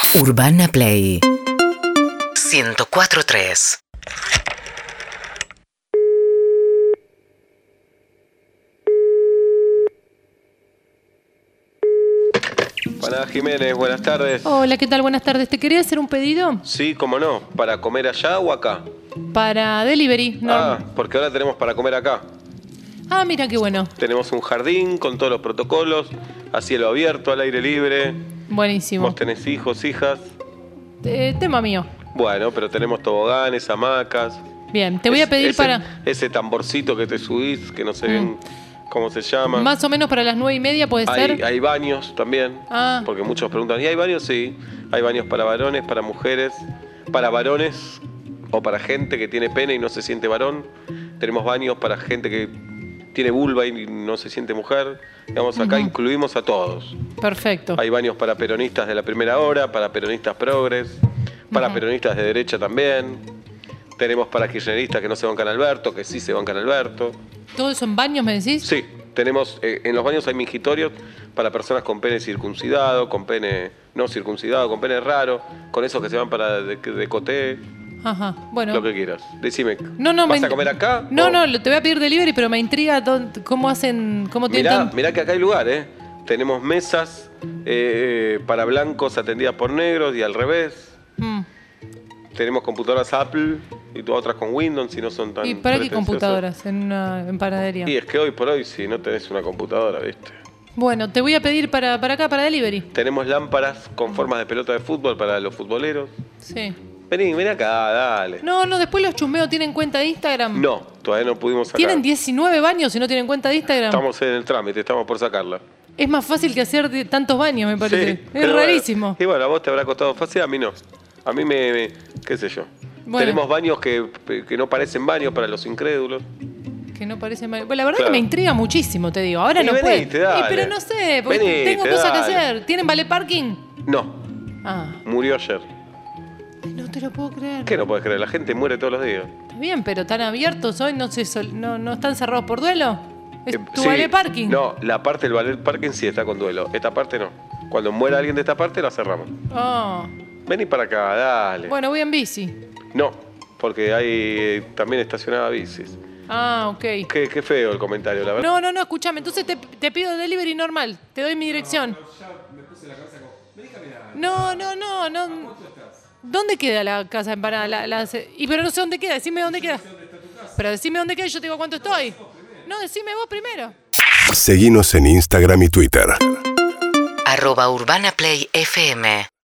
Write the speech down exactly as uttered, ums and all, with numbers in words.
Urbana Play ciento cuatro punto tres. Pana Jiménez, buenas tardes. Hola, ¿qué tal? Buenas tardes. ¿Te quería hacer un pedido? Sí, cómo no. ¿Para comer allá o acá? Para delivery. No. Ah, porque ahora tenemos para comer acá. Ah, mira qué bueno. Tenemos un jardín con todos los protocolos, a cielo abierto, al aire libre. Buenísimo. ¿Vos tenés hijos, hijas? Eh, tema mío. Bueno, pero tenemos toboganes, hamacas. Bien, te voy a pedir ese, para... Ese tamborcito que te subís, que no sé bien mm. cómo se llama. Más o menos para las nueve y media, ¿puede hay, ser? Hay baños también, ah. porque muchos preguntan, ¿y hay baños? Sí, hay baños para varones, para mujeres, para varones o para gente que tiene pene y no se siente varón. Tenemos baños para gente que tiene vulva y no se siente mujer. Digamos, acá uh-huh. incluimos a todos. Perfecto. Hay baños para peronistas de la primera hora, para peronistas progres, para uh-huh. peronistas de derecha también. Tenemos para kirchneristas que no se bancan a Alberto, que sí se bancan a Alberto. ¿Todo eso en baños, me decís? Sí, tenemos, eh, en los baños hay mingitorios para personas con pene circuncidado, con pene no circuncidado, con pene raro, con esos que se van para de, de coté. Ajá, bueno. Lo que quieras. Decime, no, no, ¿vas me... a comer acá? No, o... no, te voy a pedir delivery, pero me intriga dónde, cómo hacen, cómo tienen mirá, tan... mirá que acá hay lugar, ¿eh? Tenemos mesas eh, para blancos atendidas por negros y al revés. Mm. Tenemos computadoras Apple y todas otras con Windows si no son tan ¿Y para qué computadoras en una en panadería? Y es que hoy por hoy si no tenés una computadora, ¿viste? Bueno, te voy a pedir para, para acá, para delivery. Tenemos lámparas con formas de pelota de fútbol para los futboleros. Sí. Vení, vení acá, dale. No, no, después los chusmeos tienen cuenta de Instagram. No, todavía no pudimos sacar. ¿Tienen diecinueve baños y no tienen cuenta de Instagram? Estamos en el trámite, estamos por sacarla. Es más fácil que hacer de tantos baños, me parece. Sí, es rarísimo. Bueno, y bueno, a vos te habrá costado fácil, a mí no. A mí me, me qué sé yo. Bueno. Tenemos baños que, que no parecen baños para los incrédulos. Que no parecen baños. Bueno, la verdad claro. que me intriga muchísimo, te digo. Ahora y no venite, puedo. Pero no sé, porque venite, tengo cosas dale. que hacer. ¿Tienen valet parking? No. Ah. Murió ayer. No te lo puedo creer. ¿Qué no puedes creer? La gente muere todos los días. Está bien, pero están abiertos hoy, no, se sol... no, no están cerrados por duelo. ¿Es eh, tu sí, valet parking? No, la parte del valet parking sí está con duelo. Esta parte no. Cuando muera alguien de esta parte, la cerramos. Oh. Vení para acá, dale. Bueno, voy en bici. No, porque hay también estacionada bicis. Ah, ok. Qué, qué feo el comentario, la verdad. No, no, no, escúchame. Entonces te, te pido delivery normal. Te doy mi dirección. No, ya me puse la cabeza como... Vení caminando. No, no, no, no. ¿Cómo tú estás? ¿Dónde queda la casa empanada? La, la, y pero no sé dónde queda. Decime dónde queda. No sé dónde está tu casa. Pero decime dónde queda y yo te digo cuánto estoy. No, decime vos primero. Seguinos en Instagram y Twitter. Arroba Urbana Play F M.